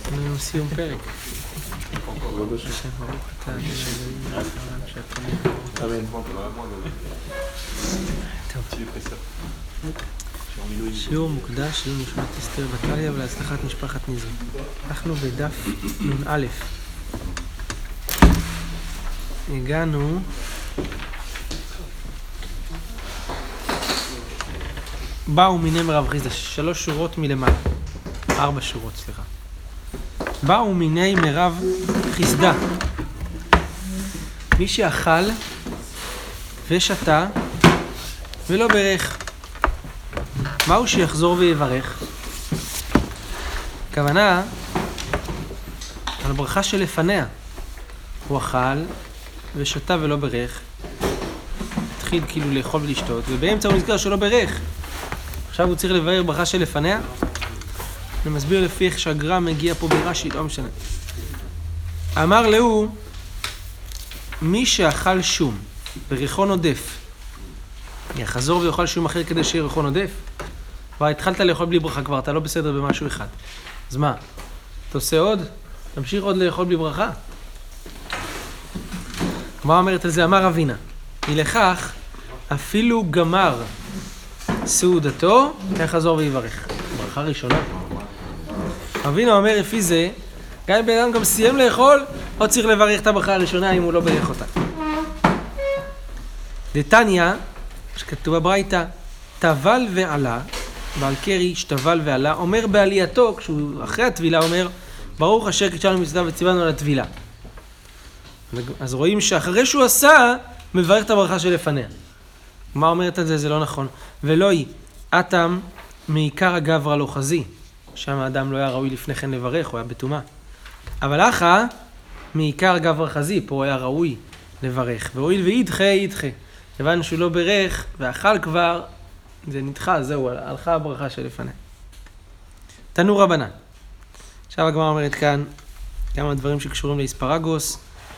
אנחנו סיום פרק. השם ברוך אתה, השם העולם שהכל אמן. טוב. שיעור מוקדש לנשמת אסתר בטליה ולהצלחת משפחת ניזרי. אנחנו בדף נ"א. הגענו באו מיני מרב חיסדא, 3 שורות מלמעלה. 4 שורות, סליחה. באו מיני מרב חיסדא. מי שאכל ושתה ולא ברך. מהו שיחזור ויברך? הכוונה על הברכה שלפניה. הוא אכל ושתה ולא ברך. התחיל כאילו לאכול ולשתות, ובאמצע הוא נזכר שלא ברך. עכשיו הוא צריך לבאר ברכה שלפניה. אני מסביר לפי איך שהגר"א מגיע פה ברש"י, לא משנה. אמר לו, מי שאכל שום וריחון עודף, יחזור ויאכל שום אחר כדי שיהיה ריחון עודף? כבר התחלת לאכול בלי ברכה כבר, אתה לא בסדר במשהו אחד. אז מה? אתה עושה עוד? תמשיך עוד לאכול בלי ברכה? מה אומרת על זה? אמר אבינה, לכך אפילו גמר סעודתו, יחזור ויברך. ברכה ראשונה. אבינה אומר לפי זה, גם אם בן אדם גם סיים לאכול, עוד צריך לברך את הברכה הראשונה אם הוא לא ברך אותה. דתניא, שכתוב בברייתא, טבל ועלה, בעל קרי שטבל ועלה, אומר בעלייתו, כשהוא אחרי הטבילה אומר, ברוך אשר קידשנו מצוותיו וציוונו על הטבילה. אז רואים שאחרי שהוא עשה, מברך את הברכה שלפניה. מה אומרת על זה? זה לא נכון. ולא היא, אטם מעיקר הגברא לא חזי. שם האדם לא היה ראוי לפני כן לברך, הוא היה בטומאה. אבל אחא, מעיקר גברא חזי, פה הוא היה ראוי לברך. והואיל וידחה, ידחה. הבנו שהוא לא ברך, ואכל כבר, זה נדחה, זהו, הלכה הברכה שלפניה. תנו רבנן. עכשיו הגמרא אומרת כאן, כמה דברים שקשורים לאספרגוס.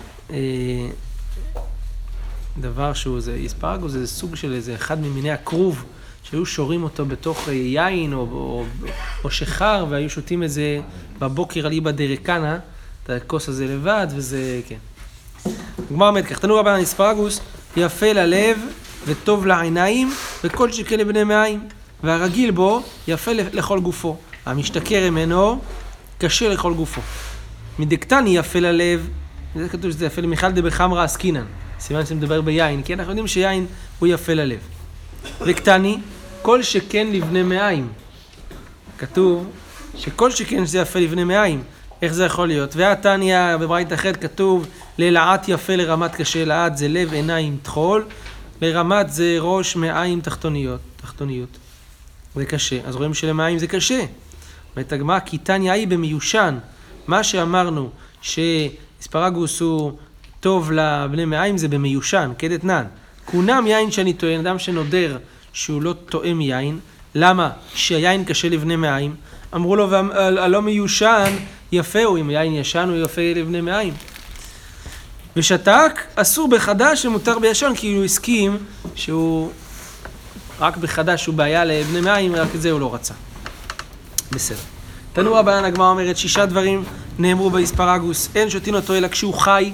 דבר שהוא, אספרגוס זה סוג של איזה אחד ממיני הכרוב, שהיו שורים אותו בתוך יין או שחר, והיו שותים את זה בבוקר על איבא דרקנה, את הכוס הזה לבד, וזה, כן. הגמרא אומרת כך, תנו רבנן, אספרגוס יפה ללב וטוב לעיניים, וכל שכן לבני מעיים, והרגיל בו יפה לכל גופו. המשתכר ממנו קשה לכל גופו. מדקתני יפה ללב, זה כתוב שזה יפה למיכל דבחמרא עסקינן, סימן שמדבר ביין, כי אנחנו יודעים שיין הוא יפה ללב. וקטני, כל שכן לבני מעיים. כתוב שכל שכן זה יפה לבני מעיים. איך זה יכול להיות? והתניא בברייתא אחרת כתוב, ללעת יפה לרמת קשה, לעעת זה לב עיניים תחול, לרמת זה ראש מעיים תחתוניות. זה קשה. אז רואים שלמעיים זה קשה. ותגמר, כי תניא היא במיושן. מה שאמרנו שאספרגוס הוא טוב לבני מעיים זה במיושן, כדתנן. כונם יין שאני טוען, אדם שנודר שהוא לא טועם יין. למה? שהיין קשה לבני מעיים. אמרו לו, והלא מיושן יפה הוא, אם יין ישן הוא יפה לבני מעיים. ושתק אסור בחדש ומותר בישן, כי הוא הסכים שהוא רק בחדש הוא בעיה לבני מעיים, רק את זה הוא לא רצה. בסדר. תנו רבנן, הגמרא אומרת 6 דברים נאמרו באספרגוס. אין שותין אותו אלא כשהוא חי,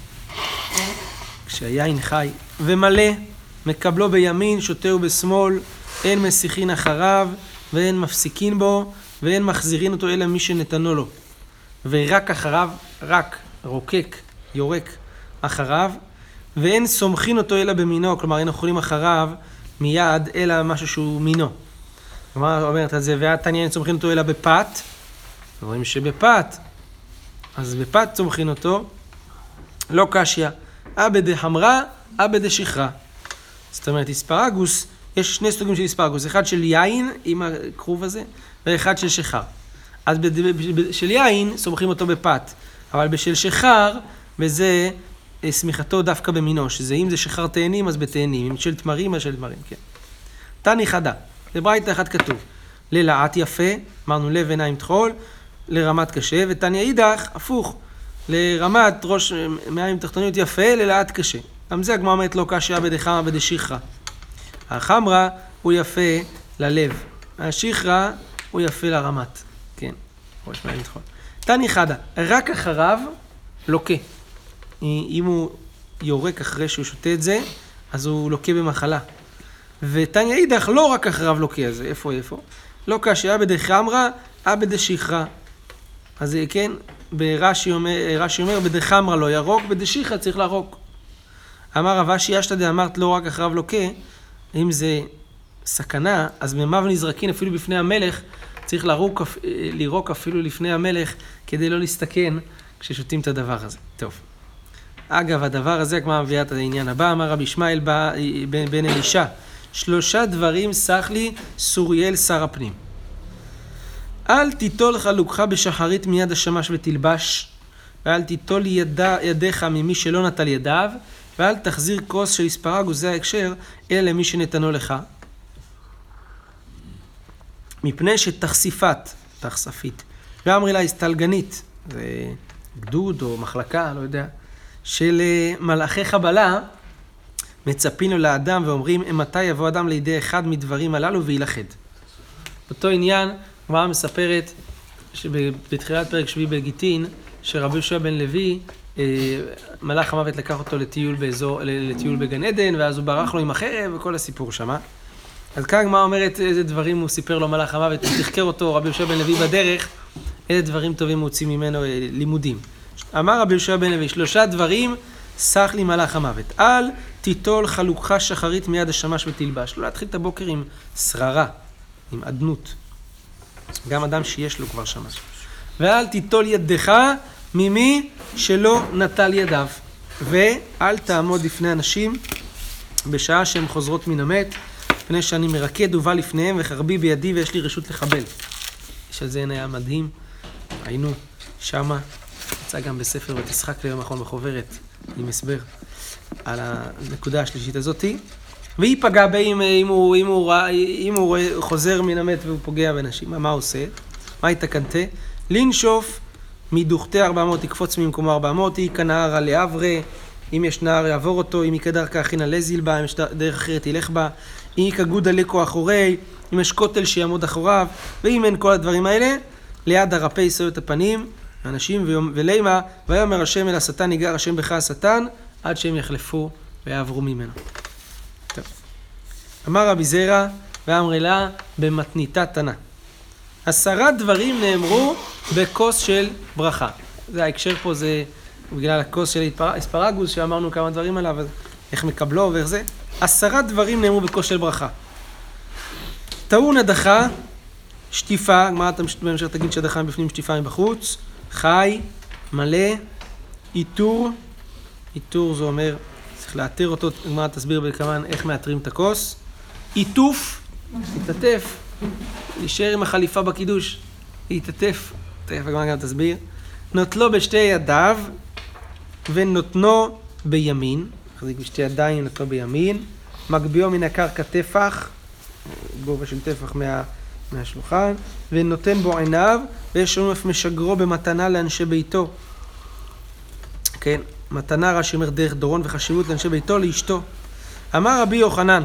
כשהיין חי, ומלא, מקבלו בימין, שותהו בשמאל, אין מסיחין אחריו, ואין מפסיקין בו, ואין מחזירין אותו אלא מי שנתנו לו. ורק אחריו, רק רוקק, יורק אחריו, ואין סומכין אותו אלא במינו, כלומר אין אוכלים אחריו מיד, אלא משהו שהוא מינו. כלומר, אומרת את זה, והתניא אין סומכין אותו אלא בפת, רואים שבפת, אז בפת סומכין אותו, לא קשיא, אבא דחמרה, אבא דשכרה. זאת אומרת, אספרגוס, יש 2 סוגים של אספרגוס, אחד של יין עם הכרוב הזה, ואחד של שחר. אז של יין סומכים אותו בפת, אבל בשל שחר, וזה סמיכתו דווקא במינו, שזה אם זה שחר תאנים, אז בתאנים, אם של תמרים, אז של תמרים, כן. תני חדה, בברייתא אחד כתוב, ללעת יפה, אמרנו לב עיניים תחול, לרמת קשה, ותני אידך, הפוך, לרמת ראש מעיים תחתוניות יפה, ללעת קשה. גם זה הגמרא אומרת לא קשיא בדחמרא בדשכרא. החמרא הוא יפה ללב, השכרא הוא יפה לרמת, כן. ראש מעיין נכון. תני חדה, רק אחריו לוקה. אם הוא יורק אחרי שהוא שותה את זה, אז הוא לוקה במחלה. ותניא אידך לא רק אחריו לוקה, אז איפה? לא קשה, אבא דחמרא, אבא דשכרא. אז כן, רש"י אומר, בדחמרא לא ירוק, בדשכרא צריך להרוק. אמר רב אשי אשתא דאמרת לא רק אחריו לוקה, אם זה סכנה, אז ממיו נזרקין אפילו בפני המלך, צריך לירוק אפילו לפני המלך, כדי לא להסתכן כששותים את הדבר הזה. טוב. אגב, הדבר הזה, כמו מביאה את העניין הבא, אמר רבי ישמעאל בן אלישע, 3 דברים סח לי סוריאל שר הפנים. אל תיטול חלוקך בשחרית מיד השמש ותלבש, ואל תיטול ידיך ממי שלא נטל ידיו, ואל תחזיר כוס של אספרגוס, זה ההקשר, אלא למי שנתנו לך. מפני תחשפית, ואמרי לה הסתלגנית, זה גדוד או מחלקה, לא יודע, של מלאכי חבלה, מצפינו לאדם ואומרים, מתי יבוא אדם לידי אחד מדברים הללו וילכד. אותו עניין, הגמרא מספרת שבתחילת פרק שביעי בגיטין, שרבי יהושע בן לוי, מלאך המוות לקח אותו לטיול בגן עדן, ואז הוא ברח לו עם החרב וכל הסיפור שמה. אז כאן הגמרא אומרת איזה דברים הוא סיפר לו מלאך המוות, הוא תחקר אותו רבי יהושע בן לוי בדרך, איזה דברים טובים הוא הוציא ממנו לימודים. אמר רבי יהושע בן לוי, 3 דברים סח לי מלאך המוות. אל תיטול חלוקך שחרית מיד השמש ותלבש. לא להתחיל את הבוקר עם שררה, עם עדנות. גם אדם שיש לו כבר שמש. ואל תיטול ידך ממי שלא נטל ידיו. ואל תעמוד לפני אנשים בשעה שהן חוזרות מן המת, פני שאני מרקד ובא לפניהם וחרבי בידי ויש לי רשות לחבל. יש על זה היה מדהים. היינו שמה, יצא גם בספר ותשחק ליום האחרון בחוברת, עם הסבר על הנקודה השלישית הזאת. והיא פגעה בה אם הוא חוזר מן המת והוא פוגע באנשים. מה הוא עושה? מה התקנתה? לנשוף מדוכתי 400, יקפוץ ממקומו 400, היא כנערה לעברה, אם יש נער יעבור אותו, אם יקדר כאחינה לזיל בה, אם יש דרך אחרת ילך בה, אם יקגודה לקו אחורי, אם יש כותל שיעמוד אחוריו, ואם אין כל הדברים האלה, ליד הרפא ישאו את הפנים, אנשים ולימה, ויאמר השם אל השטן, יגר השם בך השטן, עד שהם יחלפו ויעברו ממנו. טוב. אמר רבי זרע, ואמרי לה, במתניתה תנה. 10 דברים נאמרו בכוס של ברכה. זה ההקשר פה, זה בגלל הכוס של אספרגוס, שאמרנו כמה דברים עליו, איך מקבלו ואיך זה. 10 דברים נאמרו בכוס של ברכה. טעון הדחה, שטיפה, גמרא בהמשך תגיד שהדחה מבפנים, שטיפה מבחוץ, חי, מלא, איתור זה אומר, צריך לאתר אותו, גמרא תסביר בכמה איך מאתרים את הכוס, עיטוף, להתעטף, להישאר עם החליפה בקידוש, להתעטף, תכף הגמרא גם תסביר, נוטלו בשתי ידיו ונותנו בימין, מחזיק בשתי ידיים נוטלו בימין, מגביאו מן הקרקע טפח, גובה של טפח מהשולחן, ונותן בו עיניו, ויש לנו אף משגרו במתנה לאנשי ביתו. כן, מתנה רש"י אומר דרך דורון וחשיבות לאנשי ביתו לאשתו. אמר רבי יוחנן,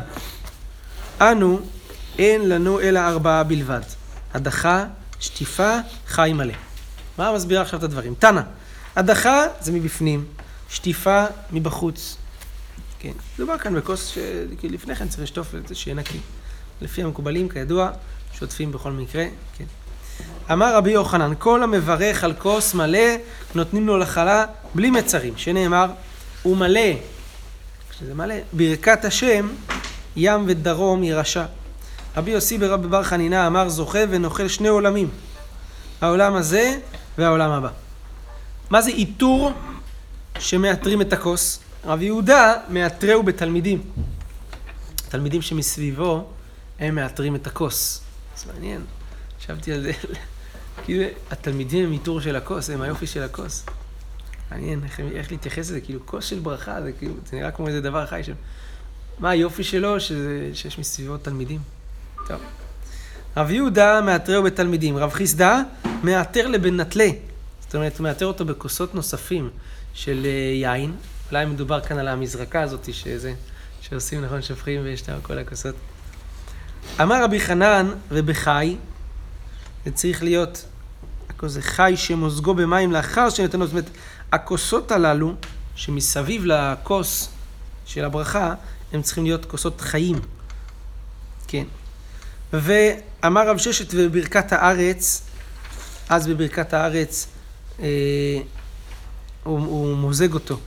אנו אין לנו אלא 4 בלבד. הדחה, שטיפה, חי מלא. מה מסביר עכשיו את הדברים? תנא, הדחה זה מבפנים, שטיפה מבחוץ. כן, דובר כאן בכוס שלפני כן צריך לשטוף את זה שיהיה נקי. לפי המקובלים, כידוע, שוטפים בכל מקרה. כן. אמר רבי יוחנן, כל המברך על כוס מלא, נותנים לו לחלה בלי מצרים, שנאמר, הוא מלא, כשזה מלא, ברכת השם, ים ודרום ירשע. רבי יוסי ברבי בר חנינא אמר, זוכה ונאכל 2 עולמים, העולם הזה והעולם הבא. מה זה איתור שמאתרים את הכוס? רבי יהודה מאתרהו בתלמידים. תלמידים שמסביבו הם מאתרים את הכוס. זה מעניין. חשבתי על זה. כאילו, התלמידים הם איתור של הכוס, הם היופי של הכוס. מעניין, איך להתייחס לזה? כאילו, כוס של ברכה, זה כאילו, זה נראה כמו איזה דבר חי שם. מה היופי שלו? שיש מסביבו תלמידים. טוב. רב יהודה מאתרהו בתלמידים. רב חיסדא מאתר לבן נטלה. זאת אומרת, הוא מאתר אותו בכוסות נוספים של יין. אולי מדובר כאן על המזרקה הזאת שעושים, נכון, שפכים ויש כל הכוסות. אמר רבי חנן ובחי, זה צריך להיות הכוס זה חי שמוזגו במים לאחר שנתנו, זאת אומרת, הכוסות הללו, שמסביב לכוס של הברכה, הם צריכים להיות כוסות חיים. כן. ואמר רב ששת בברכת הארץ, אז בברכת הארץ, הוא מוזג אותו.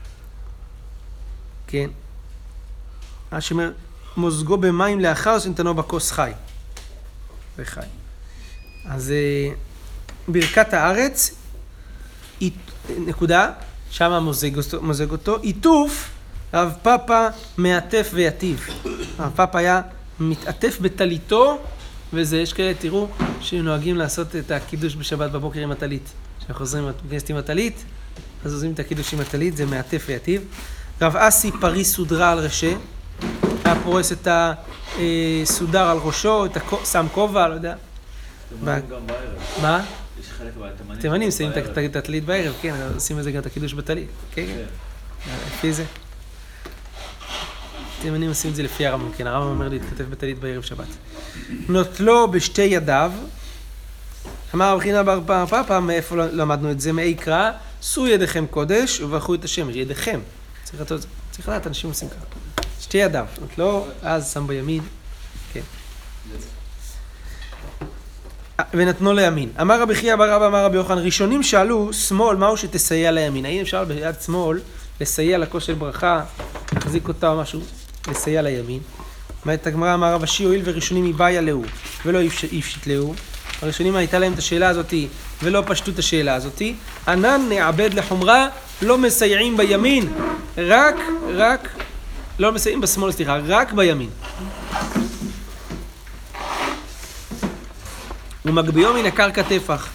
כן. מה שאומר, מוזגו במים לאחר שנתנו בכוס חי. וחי. אז ברכת הארץ, נקודה, שם מוזג אותו, עיטוף, רב פאפה מעטף ויטיב. רב פאפה היה מתעטף בטליתו, וזה, יש כאלה, תראו, שנוהגים לעשות את הקידוש בשבת בבוקר עם הטלית. כשאנחנו חוזרים עם הטלית, אז עושים את הקידוש עם הטלית, זה מעטף ויטיב. רב אסי פרי סודרה על ראשי, היה פורס את הסודר על ראשו, שם כובע, לא יודע. תימנים גם בערב. מה? יש חלק מהתימנים. תימנים שמים את הטלית בערב, כן, עושים את זה גם את הקידוש בטלית. כן, כן. לפי זה. תימנים עושים את זה לפי הרמב"ם, כן, הרמב"ם אומר להתכתב בטלית בערב שבת. נוטלו בשתי ידיו, אמר רבי חייא בר פאפא, מאיפה למדנו את זה? מעיקרא, שאו ידיכם קודש וברכו את השם, ידיכם. צריך לדעת, אנשים עושים ככה. שתי ידיו, נוטלו, אז שם בימין, כן. ונתנו לימין. אמר רבי חייא בר אבא, אמר רבי יוחנן, ראשונים שאלו, שמאל, מהו שתסייע לימין? האם אפשר ביד שמאל לסייע לכוס של ברכה, להחזיק אותה או משהו, לסייע לימין? אומרת הגמרא, אמר רב אשי, הואיל וראשונים מבעיה לאו, ולא יפשיט לאו, הראשונים הייתה להם את השאלה הזאת, ולא פשטו את השאלה הזאת, ענן נעבד לחומרה, לא מסייעים בימין, לא מסייעים בשמאל, סליחה, רק בימין. ומגביהו מן הקרקע טפח.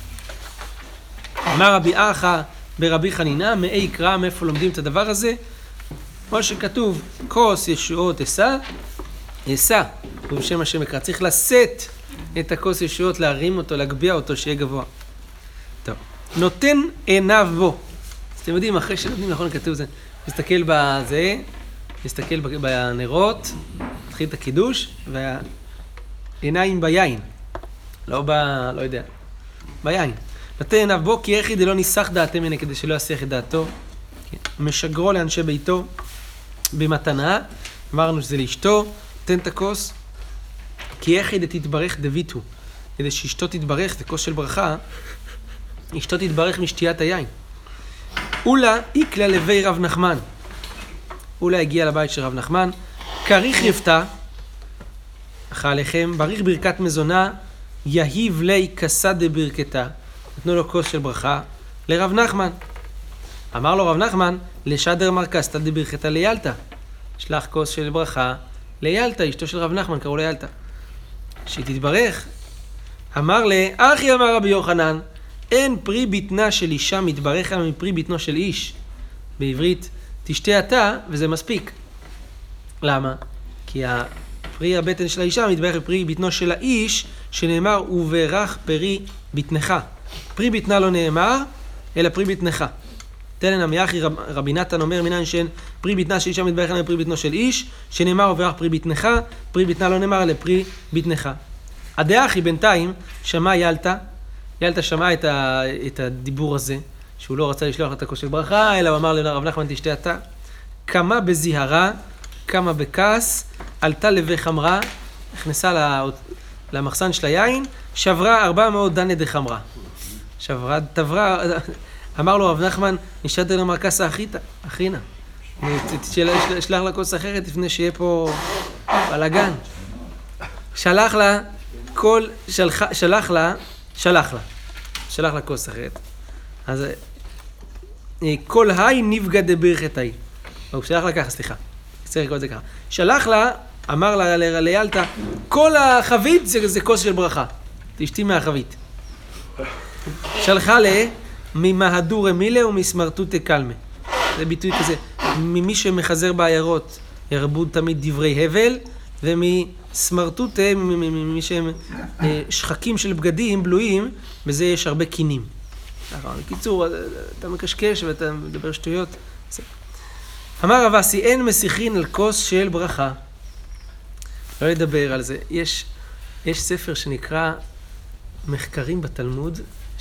אמר רבי אחא ברבי חנינא, מאי קרא, מאיפה לומדים את הדבר הזה? כמו שכתוב, כוס ישועות אשא, ובשם השם יקרא. צריך לשאת את הכוס ישועות, להרים אותו, להגביה אותו, שיהיה גבוה. טוב. נותן עיניו בו. אז אתם יודעים, אחרי שנותנים, נכון, כתוב זה, מסתכל בזה, מסתכל בנרות, מתחיל את הקידוש, והעיניים ביין. לא יודע, ביין. נותן עיניו בו, כי יחיד לא ניסח דעתם ממנו, כדי שלא יסיח את דעתו. משגרו לאנשי ביתו במתנה, אמרנו שזה לאשתו, תן את הכוס, כי יחיד תתברך דביתו, כדי שאשתו תתברך, זה כוס של ברכה, אשתו תתברך משתיית היין. אולה איקלה לבי רב נחמן, אולה הגיע לבית של רב נחמן, כריך יפתה, אכל לחם, בריך ברכת מזונה, יהיב לי כסה דברכתה, נתנו לו כוס של ברכה, לרב נחמן. אמר לו רב נחמן, לשדר מרקסתא דברכתה ליאלתא. שלח כוס של ברכה ליאלתא, אשתו של רב נחמן, קראו ליאלתא. שהיא תתברך. אמר לה, אחי אמר רבי יוחנן, אין פרי בטנה של אישה מתברך מפרי בטנו של איש. בעברית, תשתה אתה וזה מספיק. למה? כי פרי הבטן של האישה מתברך בפרי בטנו של האיש, שנאמר, וברך פרי בטנך. פרי בטנה לא נאמר, אלא פרי בטנך. תלן עמיחי רבי נתן אומר מינן שאין פרי בטנה של אישה מתברך לפרי בטנו של איש, שנאמר וברך פרי בטנך, פרי בטנה לא נאמר אלא פרי בטנך. הדאחי בינתיים שמע ילתא שמע את הדיבור הזה, שהוא לא רצה לשלוח את הכוס של ברכה, אלא הוא אמר לרב נחמן תשתה אתה. קמה בזיהרה, קמה בכעס, עלתה לבי חמרה, נכנסה למחסן של היין, שברה 400 דנא דחמרה. תברה, אמר לו רב נחמן, נשתדל למרקסה אחינה. שלח לה כוס אחרת לפני שיהיה פה בלגן. שלח לה כוס אחרת. אז כל היי נפגע דברכתי. הוא שלח לה ככה, סליחה. צריך לקרוא את זה ככה. שלח לה, אמר לה ליאלתא, כל החבית זה כוס של ברכה. תשתי מהחבית. שלחה לה, ממהדור מילה ומסמרטוטה קלמה. זה ביטוי כזה. ממי שמחזר בעיירות ירבו תמיד דברי הבל, ומסמרטוטה, ממי שהם שחקים של בגדים בלויים, בזה יש הרבה קינים. בקיצור, אתה מקשקש ואתה מדבר שטויות. אמר רב אסי, אין מסיחין על כוס של ברכה. לא לדבר על זה. יש ספר שנקרא מחקרים בתלמוד,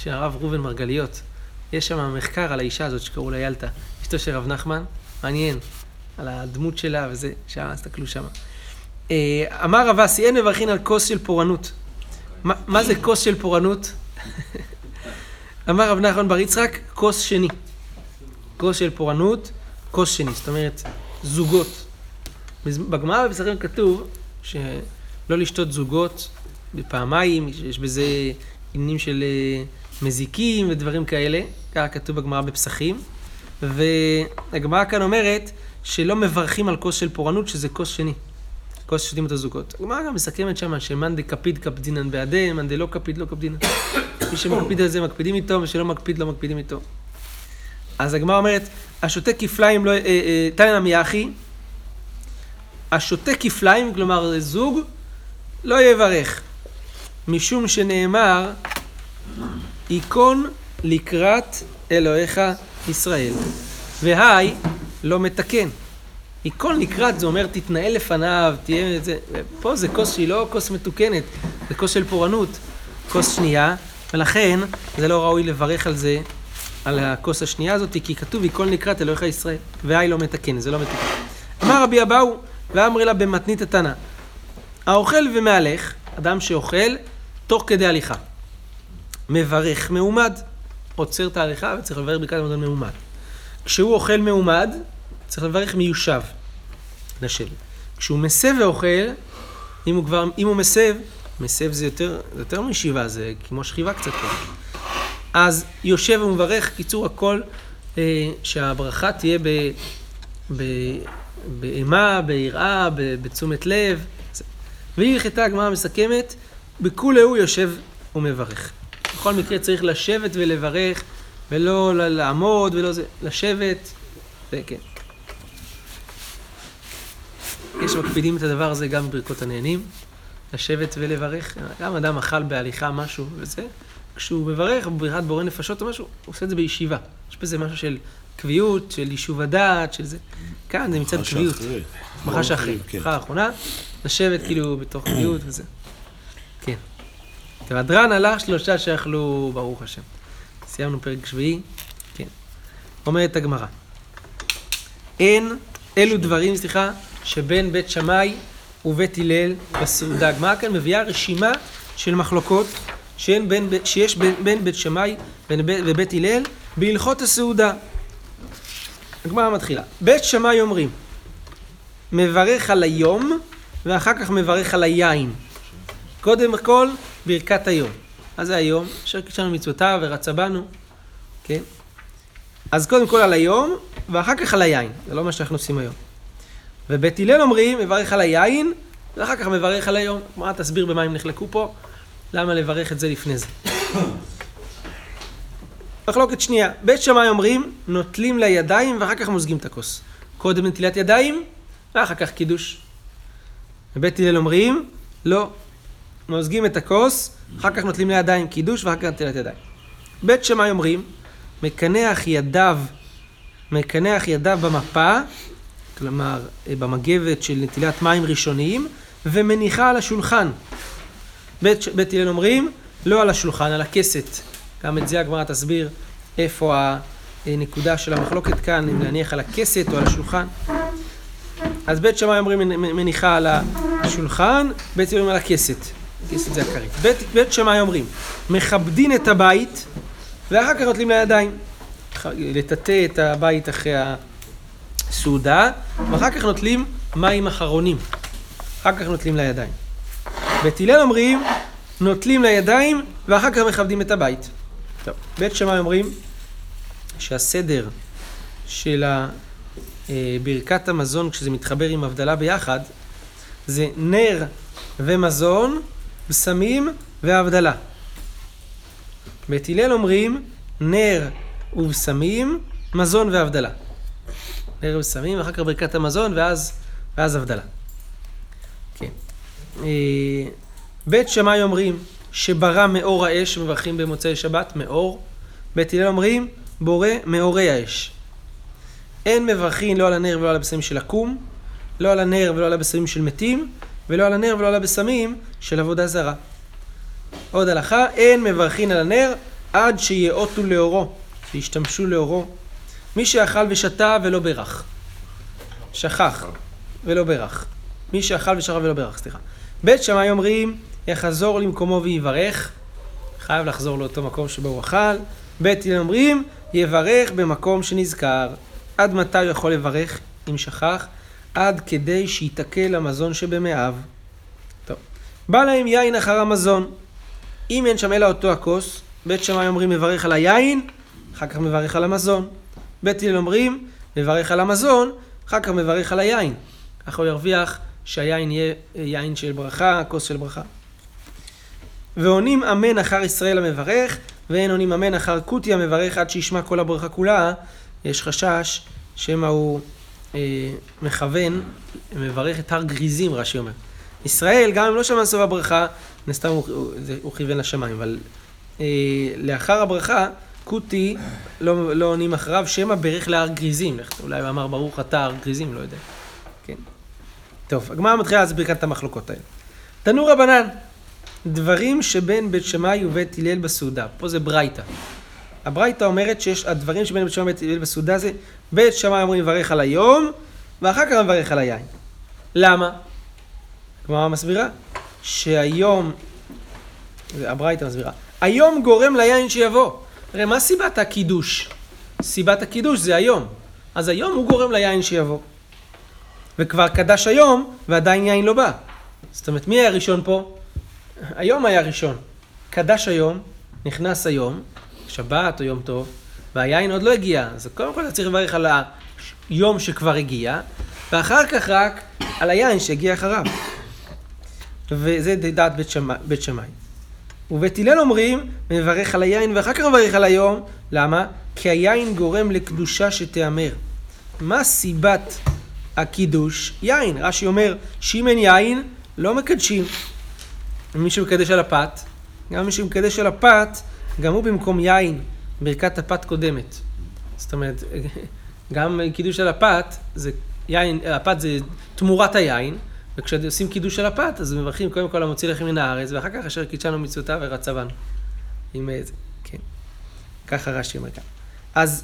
של הרב ראובן מרגליות. יש שם מחקר על האישה הזאת שקראו לה ילתה, אשתו של רב נחמן, מעניין, על הדמות שלה וזה, תסתכלו שם. אמר רב אסי, אין מברכין על כוס של פורענות. מה זה כוס של פורענות? אמר רב נחמן בר יצחק, כוס שני. כוס של פורענות, כוס שני, זאת אומרת, זוגות. בגמרא בפסחים כתוב שלא לשתות זוגות בפעמיים, יש בזה עניינים של מזיקים ודברים כאלה, ככה כתוב בגמרא בפסחים, והגמרא כאן אומרת שלא מברכים על כוס של פורענות, שזה כוס שני, כוס ששותים את הזוגות. הגמרא גם מסכמת שם שמאן דקפיד קפדינן בעדי, מאן דלא קפיד לא קפדינן. מי שמקפיד על זה מקפידים איתו, ושלא מקפיד לא מקפידים איתו. אז הגמרא אומרת, השותה כפליים, תנא נמי אחי, השותה כפליים, כלומר זוג, לא יברך, משום שנאמר, ייכון לקראת אלוהיך ישראל, והי לא מתקן. ייכון לקראת, זה אומר, תתנהל לפניו, תהיה את זה, פה זה כוס שהיא לא כוס מתוקנת, זה כוס של פורענות, כוס שנייה, ולכן זה לא ראוי לברך על זה, על הכוס השנייה הזאת, כי כתוב ייכון לקראת אלוהיך ישראל, והי לא מתקן, זה לא מתקן. אמר רבי אבאו, ואמרי לה במתנית התנא, האוכל ומהלך, אדם שאוכל, תוך כדי הליכה, מברך מעומד, עוצר את ההליכה וצריך לברך ברכת המזון מעומד. כשהוא אוכל מעומד, צריך לברך מיושב, לשבת. כשהוא מסב ואוכל, אם הוא מסב זה יותר מישיבה, זה כמו שכיבה קצת פה. אז יושב ומברך, קיצור הכל, שהברכה תהיה באימה, ביראה, בתשומת לב. והיא הלכתה הגמרא מסכמת, בכולי הוא יושב ומברך. בכל מקרה צריך לשבת ולברך, ולא לעמוד ולא זה, לשבת, וכן. יש מקפידים את הדבר הזה גם בברכות הנהנים, לשבת ולברך. גם אדם אכל בהליכה משהו וזה, כשהוא מברך בברכת בורא נפשות או משהו, הוא עושה את זה בישיבה. יש בזה משהו של קביעות, של יישוב הדעת, של זה. כאן זה מצד קביעות. מחש אחרי. מחר האחרונה, לשבת כאילו בתוך קביעות וזה. כן. והדרן הלך 3 שאכלו ברוך השם. סיימנו פרק שביעי. כן. אומרת הגמרא. אלו דברים, שבין בית שמאי ובית הלל בסעודה. הגמרא כאן מביאה רשימה של מחלוקות שיש בין בית שמאי ובית הלל בהלכות הסעודה. הגמרא מתחילה. בית שמאי אומרים, מברך על היום ואחר כך מברך על היין. קודם כל, ברכת היום. אז זה היום, אשר קידשנו מצוותיו ורצה בנו. כן? אז קודם כל על היום ואחר כך על היין. זה לא מה שאנחנו עושים היום. ובית הלל אומרים, מברך על היין ואחר כך מברך על היום. מה תסביר במה הם נחלקו פה? למה לברך את זה לפני זה? מחלוקת שנייה. בית שמאי אומרים, נוטלים לידיים ואחר כך מוזגים את הכוס. קודם נטילת ידיים ואחר כך קידוש. ובית הלל אומרים, לא. מוזגים את הכוס, אחר כך נוטלים לידיים קידוש ואחר כך נטילת ידיים. בית שמאי אומרים, מקנח ידיו במפה, כלומר במגבת של נטילת מים ראשוניים, ומניחה על השולחן. בית הלל אומרים, לא על השולחן, על הכסת. גם את זה הגמרא תסביר איפה הנקודה של המחלוקת כאן, אם להניח על הכסת או על השולחן. אז בית שמאי אומרים מניחה על השולחן, בית הלל אומרים על הכסת. כסת זה הכרית. בית שמאי אומרים, מכבדין את הבית, ואחר כך נוטלים לידיים. לטאטא את הבית אחרי הסעודה, ואחר כך נוטלים מים אחרונים. אחר כך נוטלים לידיים. בית הלל אומרים, נוטלים לידיים, ואחר כך מכבדים את הבית. טוב, בית שמאי אומרים שהסדר של ברכת המזון, כשזה מתחבר עם הבדלה ביחד, זה נר ומזון, בשמים והבדלה. בית הלל אומרים, נר ובשמים, מזון והבדלה. נר ובשמים, אחר כך ברכת המזון, ואז הבדלה. כן. בית שמאי אומרים שברא מאור האש, מברכים במוצאי שבת, מאור. בית הלל אומרים, בורא מאורי האש. אין מברכים לא על הנר ולא על הבשמים של הקום, לא על הנר ולא על הבשמים של מתים, ולא על הנר ולא על הבשמים של עבודה זרה. עוד הלכה, אין מברכים על הנר עד שיאותו לאורו, שישתמשו לאורו. מי שאכל ושתה ולא ברך. שכח ולא ברך. מי שאכל ושכח ולא ברך, סליחה. בית שמאי אומרים, יחזור למקומו ויברך. חייב לחזור לאותו מקום שבו הוא אכל. בית הלל אומרים, יברך במקום שנזכר. עד מתי הוא יכול לברך אם שכח? עד כדי שיתקל המזון שבמאיו. טוב. בא להם יין אחר המזון. אם אין שם אלא אותו הכוס, בית שמאי אומרים מברך על היין, אחר כך מברך על המזון. בית הלל אומרים מברך על המזון, אחר כך מברך על היין. ככה הוא ירוויח שהיין יהיה יין של ברכה, כוס של ברכה. ועונים אמן אחר ישראל המברך, ואין עונים אמן אחר קוטי המברך עד שישמע כל הברכה כולה. יש חשש שמה הוא מכוון, מברך את הר גריזים, רש"י אומר. ישראל, גם אם לא שמע סוף הברכה, נסתם הוא כיוון לשמיים, אבל לאחר הברכה, קוטי לא עונים אחריו, שמה ברך להר גריזים. אולי הוא אמר ברוך אתה הר גריזים, לא יודע. כן. טוב, הגמרא מתחילה להסביר כאן את המחלוקות האלה. תנו רבנן, דברים שבין בית שמאי ובית הלל בסעודה. פה זה ברייתא. הברייתא אומרת שיש הדברים שבין בית שמאי ובית הלל בסעודה זה בית שמאי אומרים מברך על היום, ואחר כך מברך על היין. למה? הגמרא מסבירה שהיום, הברייתא מסבירה, היום גורם ליין שיבוא. הרי מה סיבת הקידוש? סיבת הקידוש זה היום. אז היום הוא גורם ליין שיבוא. וכבר קדש היום ועדיין יין לא בא. זאת אומרת, מי היה ראשון פה? היום היה ראשון. קדש היום, נכנס היום, שבת או יום טוב, והיין עוד לא הגיע. אז קודם כל אתה צריך לברך על היום שכבר הגיע, ואחר כך רק על היין שהגיע אחריו. וזה דעת בית שמאי. ובית הלל אומרים, מברך על היין ואחר כך מברך על היום. למה? כי היין גורם לקדושה שתאמר. מה סיבת הקידוש? יין. רש"י אומר, שאם אין יין, לא מקדשים. מי שמקדש על הפת, גם מי שמקדש על הפת, גם הוא במקום יין, ברכת הפת קודמת. זאת אומרת, גם קידוש על הפת, זה יין, הפת זה תמורת היין, וכשעושים קידוש על הפת, אז מברכים קודם כל המוציא לחם מן הארץ, ואחר כך אשר קידשנו מצוותיו ורצה בנו. עם זה, כן. ככה רש"י אומר כאן. אז,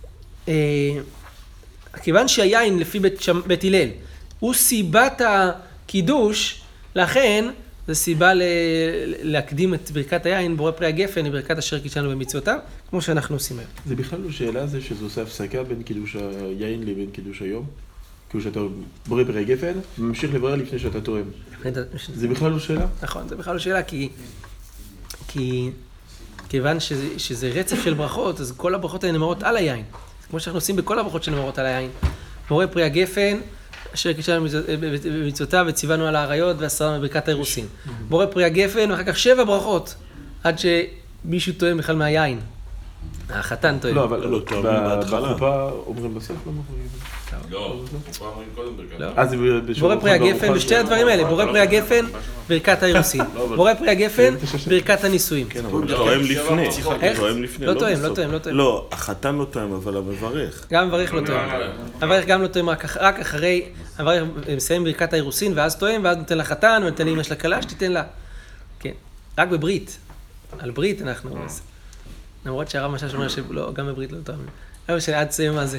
כיוון שהיין לפי בית הלל, הוא סיבת הקידוש, לכן, זו סיבה להקדים את ברכת היין, בורא פרי הגפן, לברכת אשר קידשנו במצוותיו, כמו שאנחנו עושים היום. זה בכלל לא שאלה, זה שזה עושה הפסקה בין קידוש היין לבין קידוש היום? כאילו שאתה בורא פרי הגפן, ממשיך לברר לפני שאתה תואם. זה בכלל לא שאלה? נכון, זה בכלל לא שאלה, כי כיוון שזה רצף של ברכות, אז כל הברכות האלה נאמרות על היין. כמו שאנחנו עושים בכל הברכות שנאמרות על היין. בורא פרי הגפן, אשר קידשנו במצוותיו וציוונו על האריות ועשרה בברכת האירוסין. בורא פרי הגפן, ואחר כך 7 ברכות, עד שמישהו טועם בכלל מהיין. החתן טועם. לא, אבל בחופה אומרים בסוף, לא אומרים. לא, בחופה אומרים קודם ברכת. בורא פרי הגפן, בשתי הדברים האלה, בורא פרי הגפן, ברכת האירוסין. בורא פרי הגפן, ברכת הנישואים. תואם לפני. איך? תואם לפני, לא טועם, לא טועם, לא טועם. לא, החתן לא טועם, אבל המברך. גם מברך לא טועם. המברך גם לא טועם, רק אחרי, המברך מסיים ברכת האירוסין, ואז טועם, ואז נותן לחתן, ונותן לאמא של הכלה, שתיתן לה. כן. רק בברית. על ברית אנחנו... למרות שהרב משש אומר שלא, גם בברית לא טועמים. אבל שעד תסיים מה זה.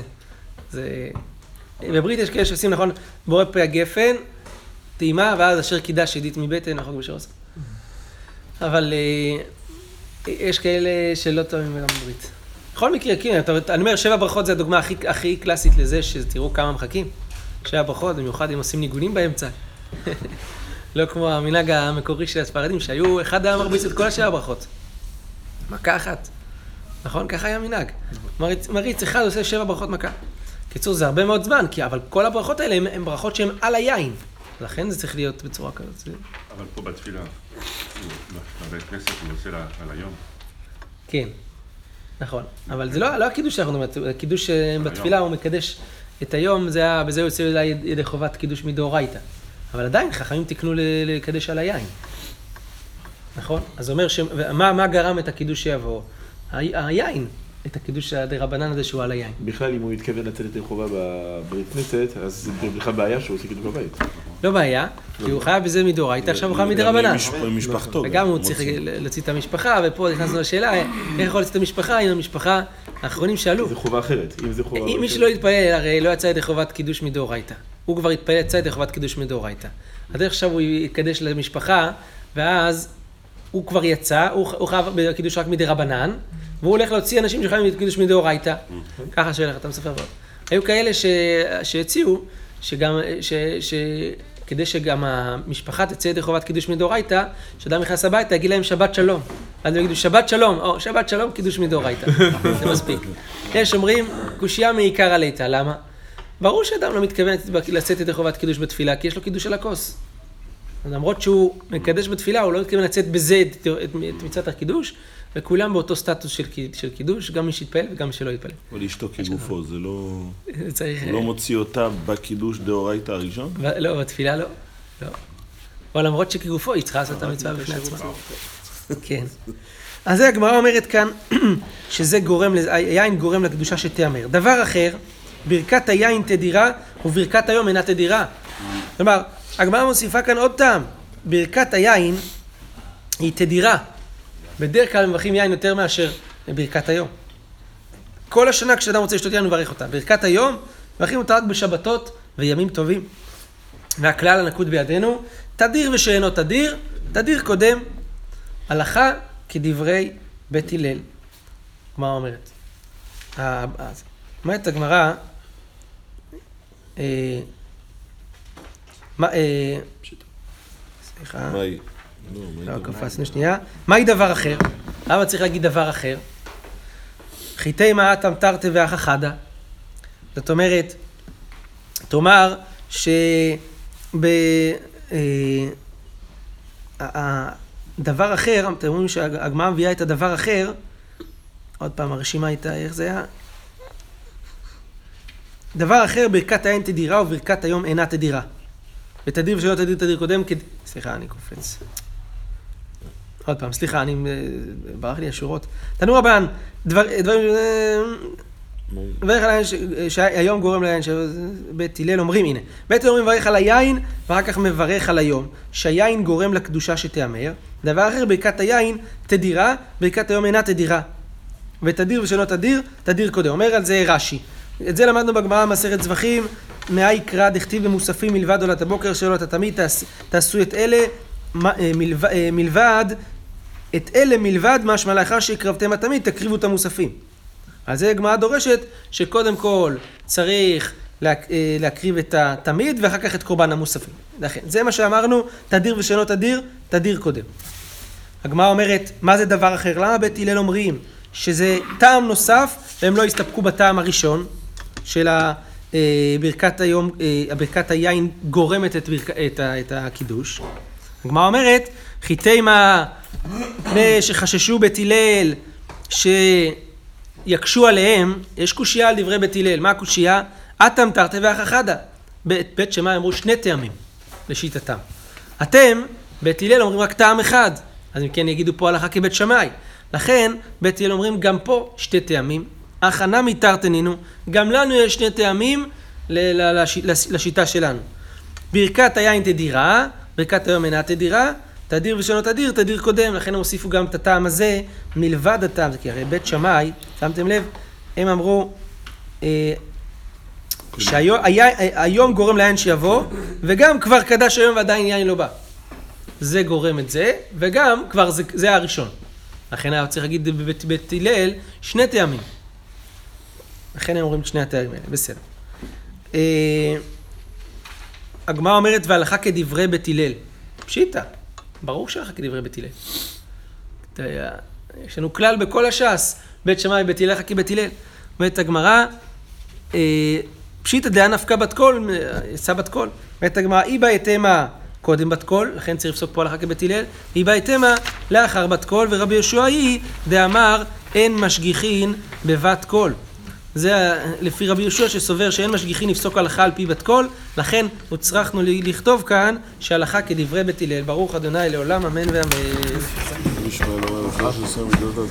בברית יש כאלה שעושים, נכון, בורא פרי הגפן, טעימה, ואז אשר קידש עדית מבטן, החוק בשור עושה. אבל יש כאלה שלא טועמים גם בברית. בכל מקרה, כן, אני אומר, 7 ברכות זה הדוגמה הכי קלאסית לזה, שתראו כמה מחכים. 7 ברכות, במיוחד אם עושים ניגונים באמצע. לא כמו המנהג המקורי של הספרדים, שהיו, אחד היה מרביץ את כל 7 ברכות. מכה אחת. נכון? ככה היה מנהג. מריץ אחד עושה 7 ברכות מכה. קיצור, זה הרבה מאוד זמן, אבל כל הברכות האלה הן ברכות שהן על היין. לכן זה צריך להיות בצורה כזאת. אבל פה בתפילה, בבית כנסת הוא עושה על היום. כן, נכון. אבל זה לא הקידוש שאנחנו אומרים, הקידוש בתפילה הוא מקדש את היום, בזה הוא יוצא ידי חובת קידוש מדאורייתא. אבל עדיין חכמים תקנו לקדש על היין. נכון? אז זה אומר, מה גרם את הקידוש שיבוא? היין. את הקידוש הדרבנן הזה שהוא על היין. בכלל, אם הוא התכוון לצאת את החובה בבית כנסת, אז זה בכלל בעיה שהוא עושה קידוש בבית. לא בעיה, כי הוא חייב בזה מדאורייתא, עכשיו הוא חייב מדרבנן. משפחתו. וגם הוא צריך להוציא את המשפחה, ופה נכנסנו לשאלה, איך יכול להוציא את המשפחה, אם המשפחה, האחרונים שאלו. זה חובה אחרת, אם זה חובה... אם מי שלא יתפלל, הרי לא יצא ידי חובת קידוש מדאורייתא. הוא כבר יתפלל יצא ידי חובת קידוש מדאורייתא. אז עכשיו הוא יקדש למשפחה, ואז הוא כבר יצא, הוא חייב בקידוש רק מדרבנן, והוא הולך להוציא אנשים שחייבים בקידוש מדאורייתא. ככה שהולך, אתה מספר בו. היו כאלה שהציעו, כדי שגם המשפחה תצא ידי חובת קידוש מדאורייתא, שאדם נכנס הביתה, יגיד להם שבת שלום. אז הם יגידו שבת שלום, או שבת שלום, קידוש מדאורייתא. זה מספיק. יש אומרים, קושיה מעיקר עליתא, למה? ברור שאדם לא מתכוון לצאת ידי חובת קידוש בתפילה, כי יש לו קידוש על הכוס. למרות שהוא מקדש בתפילה, הוא לא מתכוון לצאת בזה את מצוות הקידוש, וכולם באותו סטטוס של קידוש, גם מי שיתפעל וגם מי שלא יתפעל. אבל אשתו כגופו, זה לא... צריך... לא מוציא אותה בקידוש דאורייתא הראשון? לא, בתפילה לא. לא. אבל למרות שכגופו, היא צריכה לעשות את המצווה בפני עצמה. כן. אז זה הגמרא אומרת כאן, שזה גורם, היין גורם לקדושה שתיאמר. דבר אחר, ברכת היין תדירה, וברכת היום אינה תדירה. כלומר, הגמרא מוסיפה כאן עוד טעם. ברכת היין היא תדירה. בדרך כלל מברכים יין יותר מאשר ברכת היום. כל השנה כשאדם רוצה לשתות יין, מברך אותה. ברכת היום, מברכים אותה רק בשבתות וימים טובים. והכלל הנקוד בידינו, תדיר ושאינו תדיר, תדיר קודם. הלכה כדברי בית הלל. הגמרא אומרת. אומרת הגמרא, סליחה. לא, קפצנו שנייה. מהי דבר אחר? למה צריך להגיד דבר אחר? חיטי מעטם תרתי ואחא חדא. זאת אומרת, תאמר דבר אחר, אתם אומרים שהגמרא מביאה את הדבר אחר, עוד פעם הרשימה הייתה, איך זה היה? דבר אחר, ברכת היין תדירה וברכת היום אינה תדירה. ותדיר ושלא תדיר תדיר קודם, סליחה, אני קופץ. עוד פעם, סליחה, ברח לי השורות. תנו רבן, דברים מברך על היין שהיום גורם ליין, שבית הלל אומרים, הנה, בית הלל אומרים מברך על היין, ואחר כך מברך על היום, שהיין גורם לקדושה שתיאמר. דבר אחר, ברכת היין תדירה, ברכת היום אינה תדירה. ותדיר ושלא תדיר, תדיר קודם. אומר על זה רש"י. את זה למדנו בגמרא מסכת זבחים, מה יקרא דכתיב במוספים מלבד עולת הבוקר שלא אתה תמיד תעשו את אלה מלבד משמע לאחר שהקרבתם התמיד תקריבו את המוספים. אז זה הגמרא דורשת שקודם כל צריך להקריב את התמיד ואחר כך את קורבן המוספים. לכן, זה מה שאמרנו, תדיר ושאינו תדיר, תדיר קודם. הגמרא אומרת, מה זה דבר אחר? למה בית הלל אומרים שזה טעם נוסף והם לא הסתפקו בטעם הראשון של ברכת היום, ברכת היין גורמת את הקידוש. הגמרא אומרת, חיטי מה שחששו בית הלל שיקשו עליהם, יש קושייה על דברי בית הלל. מה הקושייה? אתם תרתי ואחא חדא. בית שמאי אמרו שני טעמים לשיטתם. אתם, בית הלל אומרים רק טעם אחד, אז אם כן יגידו פה הלכה כבית שמאי. לכן בית הלל אומרים גם פה שתי טעמים. הכנה מתרתנינו, גם לנו יש שני טעמים לשיטה שלנו. ברכת היין תדירה, ברכת היום אינה תדירה, תדיר ושאינו תדיר, תדיר קודם. לכן הם הוסיפו גם את הטעם הזה מלבד הטעם, כי הרי בית שמאי, שמתם לב, הם אמרו שהיום גורם ליין שיבוא, וגם כבר קדש היום ועדיין יין לא בא. זה גורם את זה, וגם כבר זה הראשון. לכן היה צריך להגיד בבית הלל שני טעמים. לכן הם אומרים את שני הטעמים האלה, בסדר. הגמרא אומרת והלכה כדברי בית הלל. פשיטא, ברור שהלכה כדברי בית הלל. יש לנו כלל בכל הש"ס, בית שמאי בית הלל הלכה כבית הלל. אומרת הגמרא, פשיטא דעה נפקא בת קול, יצא בת קול. אומרת הגמרא, אי בהתמה קודם בת קול, לכן צריך לפסוק פה הלכה כבית הלל, היא בהתמה לאחר בת קול, ורבי יהושע היא דאמר אין משגיחין בבת קול. זה לפי רבי יהושע שסובר שאין משגיחין לפסוק הלכה על פי בת קול, לכן הוצרכנו לכתוב כאן שהלכה כדברי בית הלל. ברוך ה' לעולם אמן ואמן.